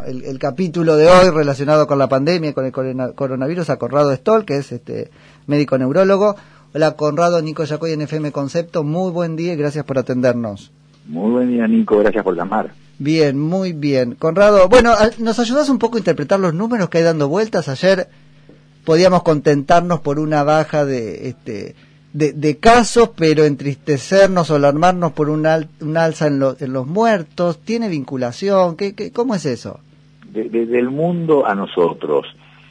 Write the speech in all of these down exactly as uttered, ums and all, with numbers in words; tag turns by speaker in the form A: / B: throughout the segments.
A: El, el capítulo de hoy relacionado con la pandemia, con el coronavirus, a Conrado Stoll, que es este médico neurólogo. Hola Conrado, Nico Yacoy en F M Concepto, muy buen día y gracias por atendernos.
B: Muy buen día, Nico, gracias por llamar.
A: Bien, muy bien. Conrado, bueno, ¿nos ayudas un poco a interpretar los números que hay dando vueltas? Ayer podíamos contentarnos por una baja de este de, de casos, pero entristecernos o alarmarnos por un, al, un alza en, lo, en los muertos. ¿Tiene vinculación? ¿Qué, qué, ¿Cómo es eso?
B: Desde de, el mundo a nosotros.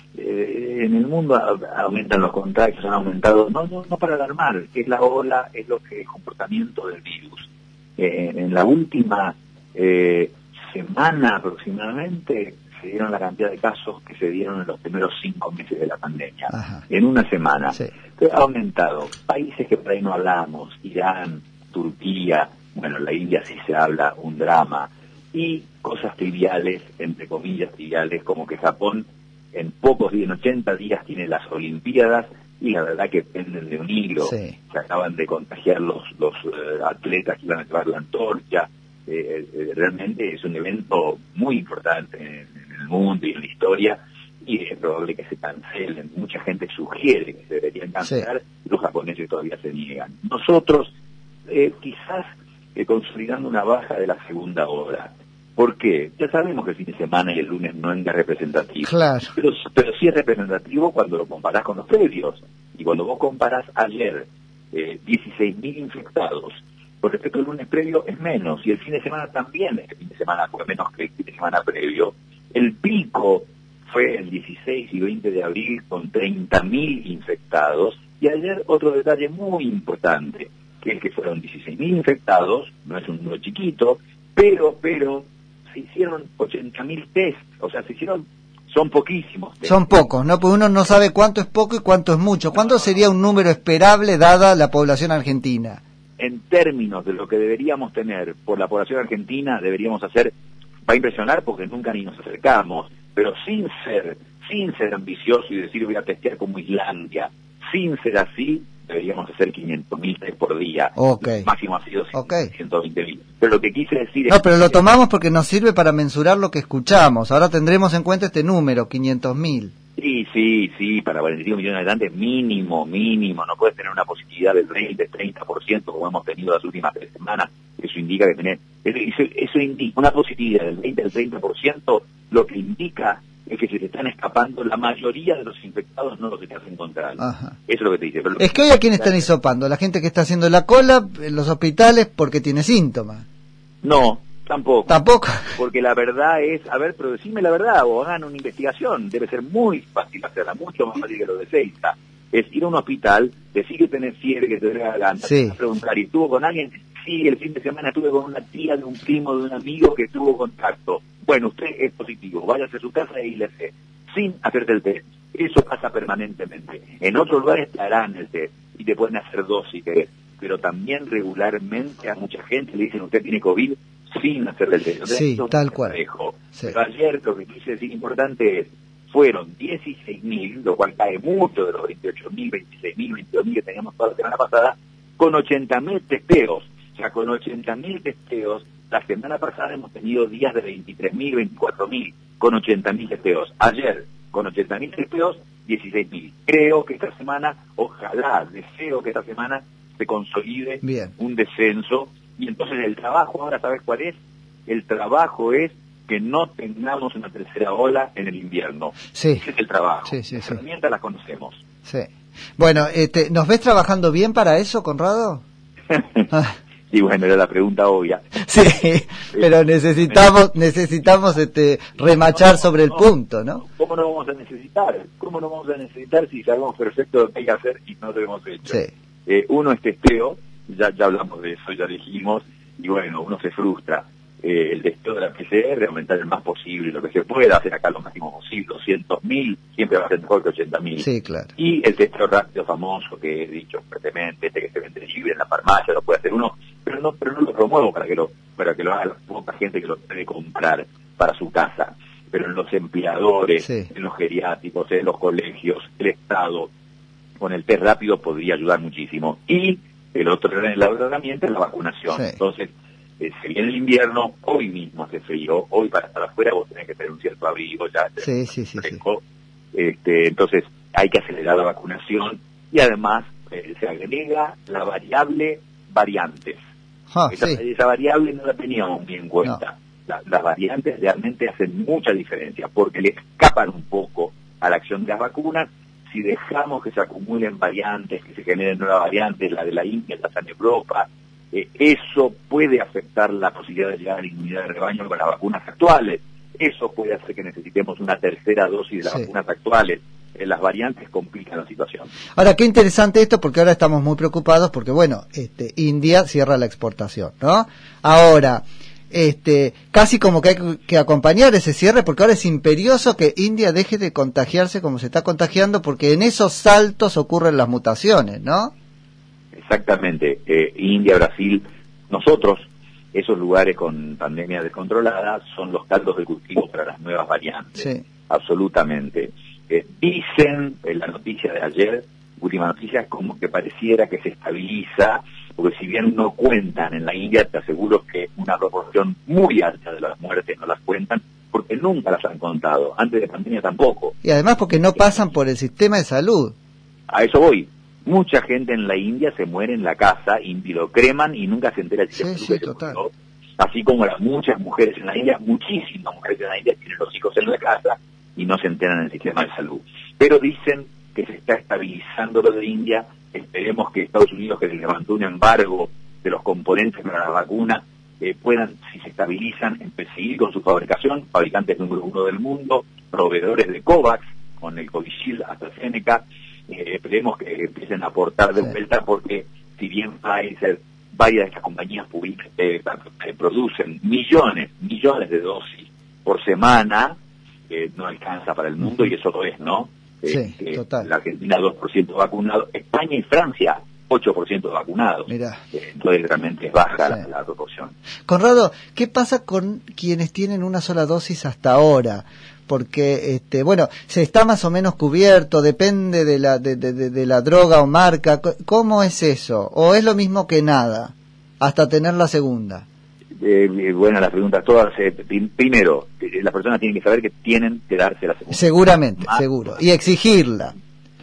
B: Eh, en el mundo a, aumentan los contagios, han aumentado, no, no, no para alarmar, es la ola, es lo que es comportamiento del virus. Eh, en la última eh, semana aproximadamente se dieron la cantidad de casos que se dieron en los primeros cinco meses de la pandemia. Ajá. En una semana. Sí. Entonces, ha aumentado. Países que por ahí no hablamos, Irán, Turquía, bueno, la India sí se habla, un drama, y cosas triviales, entre comillas triviales, como que Japón en pocos días, en ochenta días, tiene las Olimpiadas, y la verdad que penden de un hilo. Sí. Se acaban de contagiar los, los uh, atletas que iban a llevar la antorcha. Eh, eh, realmente es un evento muy importante en, en el mundo y en la historia, y es probable que se cancelen. Mucha gente sugiere que se deberían cancelar, sí. Los japoneses todavía se niegan. Nosotros, eh, quizás eh, consolidando una baja de la segunda hora. ¿Por qué? Ya sabemos que el fin de semana y el lunes no es representativo.
A: Claro.
B: Pero, pero sí es representativo cuando lo comparás con los previos. Y cuando vos comparás ayer eh, dieciséis mil infectados, por respecto al lunes previo es menos. Y el fin de semana también, el fin de semana fue menos que el fin de semana previo. El pico fue el dieciséis y veinte de abril con treinta mil infectados. Y ayer otro detalle muy importante, que es que fueron dieciséis mil infectados, no es un número chiquito, pero, pero... se hicieron ochenta mil test, o sea, se hicieron, son poquísimos test.
A: Son pocos, ¿no? Porque uno no sabe cuánto es poco y cuánto es mucho. ¿Cuánto sería un número esperable dada la población argentina?
B: En términos de lo que deberíamos tener por la población argentina, deberíamos hacer, va a impresionar porque nunca ni nos acercamos, pero sin ser, sin ser ambicioso y decir voy a testear como Islandia, sin ser así, deberíamos hacer quinientos mil test por día.
A: Okay.
B: El máximo ha sido
A: okay.
B: ciento veinte mil. Pero lo que quise decir es...
A: No, pero lo tomamos porque nos sirve para mensurar lo que escuchamos. Ahora tendremos en cuenta este número, quinientos mil.
B: Sí, sí, sí, para cuarenta y cinco millones de habitantes, mínimo, mínimo. No puedes tener una positividad del veinte, treinta por ciento como hemos tenido las últimas tres semanas. Eso indica que tener... Eso, eso indica una positividad del veinte al treinta por ciento, lo que indica es que se te están escapando la mayoría de los infectados, no los que te has encontrado. Ajá. Eso es lo que te dice. Pero
A: es que hoy a quién están hisopando, la gente que está haciendo la cola en los hospitales porque tiene síntomas.
B: No, tampoco.
A: Tampoco.
B: Porque la verdad es, a ver, pero decime la verdad, o hagan una investigación, debe ser muy fácil hacerla, mucho más fácil que lo de Seiza. Es ir a un hospital, decir que tenés fiebre, que te duele la garganta,
A: sí.
B: Preguntar, ¿y estuvo con alguien? Sí, el fin de semana estuve con una tía de un primo, de un amigo que tuvo contacto. Bueno, usted es positivo, váyase a su casa y le hace, sin hacerte el test. Eso pasa permanentemente. En otros lugares te harán el test y te pueden hacer dos si querés, pero también regularmente a mucha gente le dicen usted tiene COVID sin hacerle el test. Entonces,
A: sí, tal cual.
B: Sí. Pero ayer lo que quise decir importante es, fueron dieciséis mil, lo cual cae mucho de los veintiocho mil, veintiséis mil, veintidós mil que teníamos toda la semana pasada, con ochenta mil testeos. O sea, con ochenta mil testeos, la semana pasada hemos tenido días de veintitrés mil, veinticuatro mil, con ochenta mil testeos. Ayer, con ochenta mil testeos, dieciséis mil. Creo que esta semana, ojalá, deseo que esta semana se consolide Bien. un descenso. Y entonces el trabajo, ahora, ¿sabes cuál es? El trabajo es que no tengamos una tercera ola en el invierno.
A: Sí.
B: Ese es el trabajo.
A: Sí, sí,
B: Las
A: sí.
B: herramientas las conocemos.
A: Sí. Bueno, este, ¿nos ves trabajando bien para eso, Conrado?
B: Ah. Sí, bueno, era la pregunta obvia.
A: Sí, pero necesitamos necesitamos este remachar sobre el punto, ¿no?
B: ¿Cómo no vamos a necesitar? ¿Cómo no vamos a necesitar si sabemos perfecto lo que hay que hacer y no lo hemos hecho?
A: Sí.
B: Eh, uno es testeo, ya, ya hablamos de eso, ya dijimos, y bueno, uno se frustra. Eh, el testeo de la P C R, aumentar el más posible, lo que se pueda, hacer acá lo máximo posible, doscientos mil, siempre va a ser mejor que ochenta mil.
A: Sí, claro.
B: Y el testeo rápido famoso que he dicho fuertemente, este que se vende libre en la farmacia, lo puede hacer uno, pero no pero no lo promuevo para que lo para que lo haga la poca gente que lo puede comprar para su casa. Pero en los empleadores, sí. en los geriátricos, en los colegios, el Estado, con el test rápido podría ayudar muchísimo. Y el otro la otra herramienta es la vacunación. Sí. Entonces, eh, se viene el invierno, hoy mismo hace frío, hoy para estar afuera vos tenés que tener un cierto abrigo, ya
A: sí, sí, sí,
B: fresco, sí. Este, entonces hay que acelerar la vacunación y además eh, se agrega la variable variantes.
A: Ah,
B: esa,
A: sí.
B: esa variable no la teníamos bien en cuenta. No. La, las variantes realmente hacen mucha diferencia porque le escapan un poco a la acción de las vacunas. Si dejamos que se acumulen variantes, que se generen nuevas variantes, la de la India, la de Europa, eh, eso puede afectar la posibilidad de llegar a la inmunidad de rebaño con las vacunas actuales. Eso puede hacer que necesitemos una tercera dosis de las sí. vacunas actuales. Eh, las variantes complican la situación.
A: Ahora, qué interesante esto, porque ahora estamos muy preocupados, porque bueno, este, India cierra la exportación, ¿no? Ahora, este, casi como que hay que acompañar ese cierre, porque ahora es imperioso que India deje de contagiarse como se está contagiando, porque en esos saltos ocurren las mutaciones, ¿no?
B: Exactamente. Eh, India, Brasil, nosotros, esos lugares con pandemia descontrolada, son los caldos de cultivo para las nuevas variantes.
A: Sí.
B: Absolutamente. Eh, dicen, en la noticia de ayer, última noticia, como que pareciera que se estabiliza, porque si bien no cuentan en la India, te aseguro que una proporción muy alta de las muertes no las cuentan, porque nunca las han contado, antes de pandemia tampoco.
A: Y además porque no pasan por el sistema de salud.
B: A eso voy. Mucha gente en la India se muere en la casa y lo creman y nunca se entera si
A: sí,
B: se
A: sí, total.
B: murió. Así como las muchas mujeres en la India, muchísimas mujeres en la India tienen los hijos en la casa y no se enteran en el sistema de salud. Pero dicen que se está estabilizando lo de India. Esperemos que Estados Unidos, que se levantó un embargo de los componentes para la vacuna, eh, puedan, si se estabilizan, seguir con su fabricación, fabricantes número uno del mundo, proveedores de COVAX, con el Covishield, AstraZeneca. Eh, esperemos que empiecen a aportar de vuelta, porque si bien Pfizer, varias de estas compañías públicas eh, eh, producen millones, millones de dosis por semana, eh, no alcanza para el mundo, y eso lo es, ¿no?
A: Sí,
B: eh,
A: total.
B: La Argentina dos por ciento vacunado, España y Francia ocho por ciento vacunados.
A: Mirá.
B: Eh, entonces realmente es baja
A: sí.
B: la, la proporción.
A: Conrado, ¿qué pasa con quienes tienen una sola dosis hasta ahora? Porque, este, bueno, se está más o menos cubierto, depende de la, de, de, de, de la droga o marca. ¿Cómo es eso? ¿O es lo mismo que nada, hasta tener la segunda?
B: Eh, bueno, las preguntas todas. Eh, primero, eh, las personas tienen que saber que tienen que darse la segunda.
A: Seguramente,
B: más,
A: seguro. Y exigirla.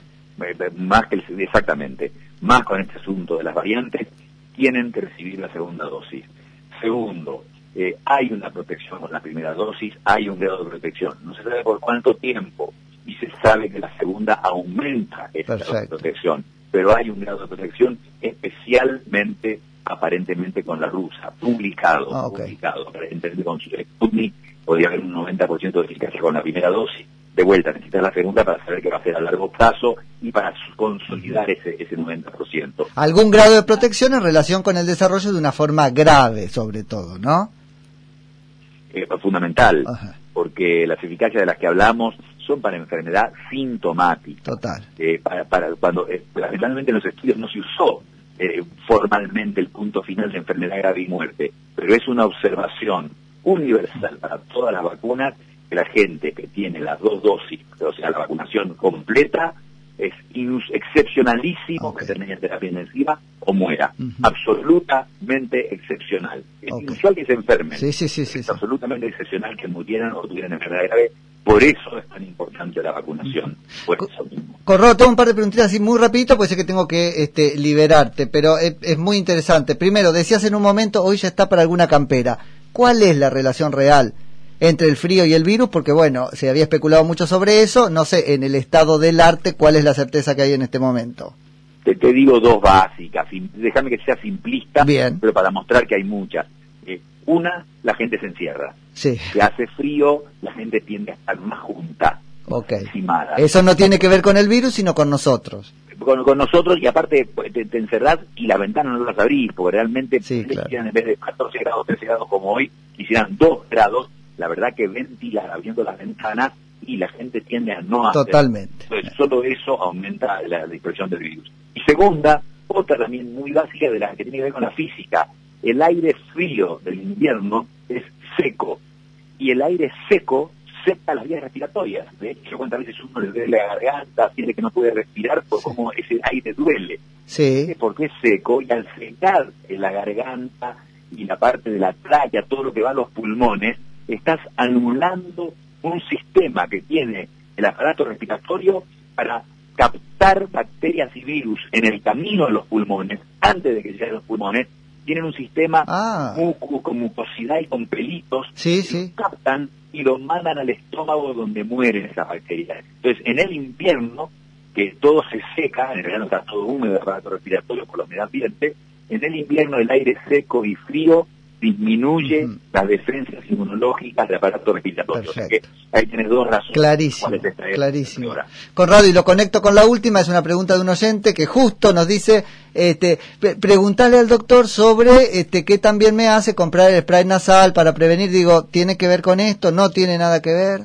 B: Eh, más que el, exactamente. Más con este asunto de las variantes, tienen que recibir la segunda dosis. Segundo, eh, hay una protección con la primera dosis, hay un grado de protección. No se sabe por cuánto tiempo, y se sabe que la segunda aumenta esa grado de protección. Pero hay un grado de protección especialmente, aparentemente, con la rusa, publicado,
A: ah, okay.
B: publicado, aparentemente con Sputnik podría haber un noventa por ciento de eficacia con la primera dosis. De vuelta, necesitas la segunda para saber qué va a hacer a largo plazo y para consolidar ese, ese noventa por ciento.
A: Algún grado de protección en relación con el desarrollo de una forma grave, sobre todo, ¿no?
B: Eh, fundamental,
A: Ajá.
B: Porque las eficacias de las que hablamos son para enfermedad sintomática.
A: Total.
B: Eh, para, para cuando, eh, lamentablemente en los estudios no se usó eh, formalmente el punto final de enfermedad grave y muerte, pero es una observación universal para todas las vacunas que la gente que tiene las dos dosis, o sea, la vacunación completa, es inus excepcionalísimo okay. que termine terapia intensiva o muera. Uh-huh. Absolutamente excepcional. Es okay. inusual que se enfermen.
A: Sí, sí, sí, sí,
B: es
A: sí.
B: absolutamente excepcional que murieran o tuvieran enfermedad grave. Por eso es tan importante la vacunación. Por eso mismo.
A: Corrado, tengo un par de preguntitas así muy rapidito, pues sé que tengo que este, liberarte, pero es, es muy interesante. Primero, decías en un momento, hoy ya está para alguna campera. ¿Cuál es la relación real entre el frío y el virus? Porque bueno, se había especulado mucho sobre eso. No sé, en el estado del arte, ¿cuál es la certeza que hay en este momento?
B: Te, te digo dos básicas. Déjame que sea simplista,
A: bien,
B: pero para mostrar que hay muchas. Eh, una, la gente se encierra.
A: Sí.
B: Si hace frío, la gente tiende a estar más junta.
A: Okay.
B: Encimada.
A: Eso no tiene que ver con el virus, sino con nosotros.
B: Con, con nosotros, y aparte te, te encerrás y las ventanas no las abrís, porque realmente
A: sí, claro.
B: en vez de catorce grados, trece grados como hoy, quisieran dos grados. La verdad que ventilar abriendo las ventanas y la gente tiende a no hacer.
A: Totalmente.
B: Entonces, solo eso aumenta la dispersión del virus. Y segunda, otra también muy básica de la que tiene que ver con la física. El aire frío del invierno es seco, y el aire seco seca las vías respiratorias. De hecho, cuántas veces uno le duele la garganta, siente que no puede respirar por cómo ese aire duele.
A: Sí.
B: Porque es seco, y al secar la garganta y y la parte de la tráquea, todo lo que va a los pulmones, estás anulando un sistema que tiene el aparato respiratorio para captar bacterias y virus en el camino de los pulmones, antes de que lleguen a los pulmones. Tienen un sistema
A: ah.
B: muco, con mucosidad y con pelitos,
A: sí,
B: que
A: sí.
B: captan y lo mandan al estómago donde mueren esas bacterias. Entonces, en el invierno, que todo se seca, en realidad no está todo húmedo el aparato respiratorio por la humedad ambiente, en el invierno el aire seco y frío disminuye uh-huh. las defensas inmunológicas del aparato respiratorio. O sea que ahí tienes dos razones.
A: Clarísimo, clarísimo. Conrado, y lo conecto con la última, es una pregunta de un oyente que justo nos dice, este, pre- preguntarle al doctor sobre este, qué también me hace comprar el spray nasal para prevenir. Digo, ¿tiene que ver con esto? ¿No tiene nada que ver?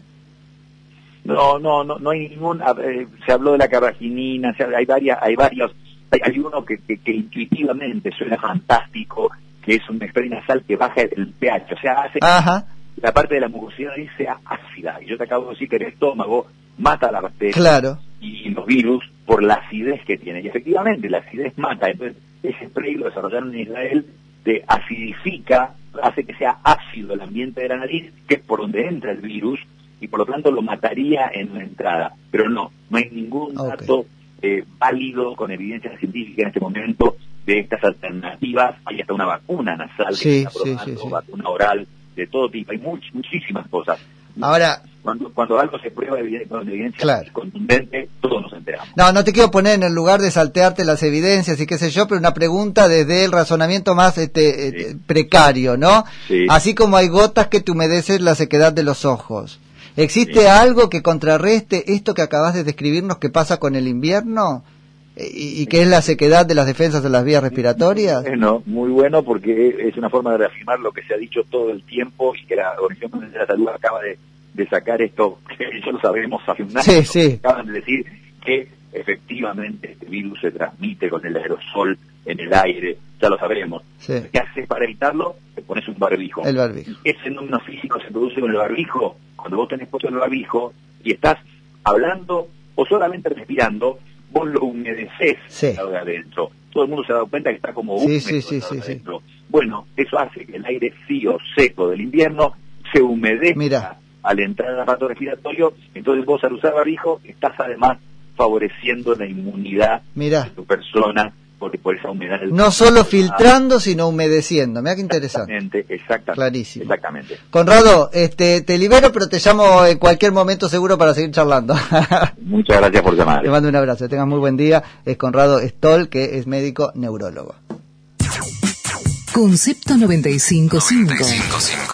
B: No, no, no, no hay ningún, eh, se habló de la carbaginina, se, hay varias, hay varios, hay, hay uno que, que, que intuitivamente suena fantástico, que es un spray nasal que baja el pH, o sea, hace
A: Ajá.
B: la parte de la mucosidad sea ácida. Y yo te acabo de decir que el estómago mata la bacteria
A: claro.
B: y los virus por la acidez que tiene. Y efectivamente, la acidez mata. Entonces, ese spray lo desarrollaron en Israel, te acidifica, hace que sea ácido el ambiente de la nariz, que es por donde entra el virus, y por lo tanto lo mataría en la entrada. Pero no, no hay ningún
A: okay.
B: dato eh, válido, con evidencia científica en este momento, de estas alternativas. Hay hasta una vacuna nasal
A: sí,
B: que está
A: sí,
B: probando,
A: sí, sí.
B: vacuna oral, de todo tipo. Hay much, muchísimas cosas.
A: Ahora,
B: cuando, cuando algo se prueba evidente, con evidencia
A: claro.
B: contundente, todos nos enteramos.
A: No, no te quiero poner en el lugar de saltearte las evidencias y qué sé yo, pero una pregunta desde el razonamiento más este, sí. este precario, ¿no?
B: Sí.
A: Así como hay gotas que te humedecen la sequedad de los ojos. ¿Existe sí. algo que contrarreste esto que acabas de describirnos que pasa con el invierno? ¿Y, y qué es la sequedad de las defensas de las vías respiratorias?
B: Bueno, muy bueno, porque es una forma de reafirmar lo que se ha dicho todo el tiempo y que la Organización Mundial de la Salud acaba de, de sacar esto, que ya lo sabemos hace un año.
A: Sí, sí.
B: Acaban de decir que efectivamente este virus se transmite con el aerosol en el aire, ya lo sabemos.
A: Sí.
B: ¿Qué haces para evitarlo? Te pones un barbijo.
A: El barbijo.
B: Ese fenómeno físico se produce con el barbijo. Cuando vos tenés puesto el barbijo y estás hablando o solamente respirando, vos lo humedeces
A: sí.
B: de adentro. Todo el mundo se ha dado cuenta que está como húmedo
A: sí, sí, sí,
B: adentro. Sí. Bueno, eso hace que el aire frío, seco del invierno se humedezca
A: Mirá.
B: al entrar al aparato respiratorio. Entonces vos al usar barbijo estás además favoreciendo la inmunidad
A: Mirá.
B: de tu persona por, por esa humedad.
A: No solo filtrando, sino humedeciendo. Mirá qué interesante.
B: Exactamente, exactamente.
A: Clarísimo.
B: Exactamente.
A: Conrado, este, te libero, pero te llamo en cualquier momento seguro para seguir charlando.
B: Muchas gracias por llamar.
A: Te mando un abrazo, tengas muy buen día. Es Conrado Stoll, que es médico neurólogo.
C: Concepto noventa y cinco punto cinco.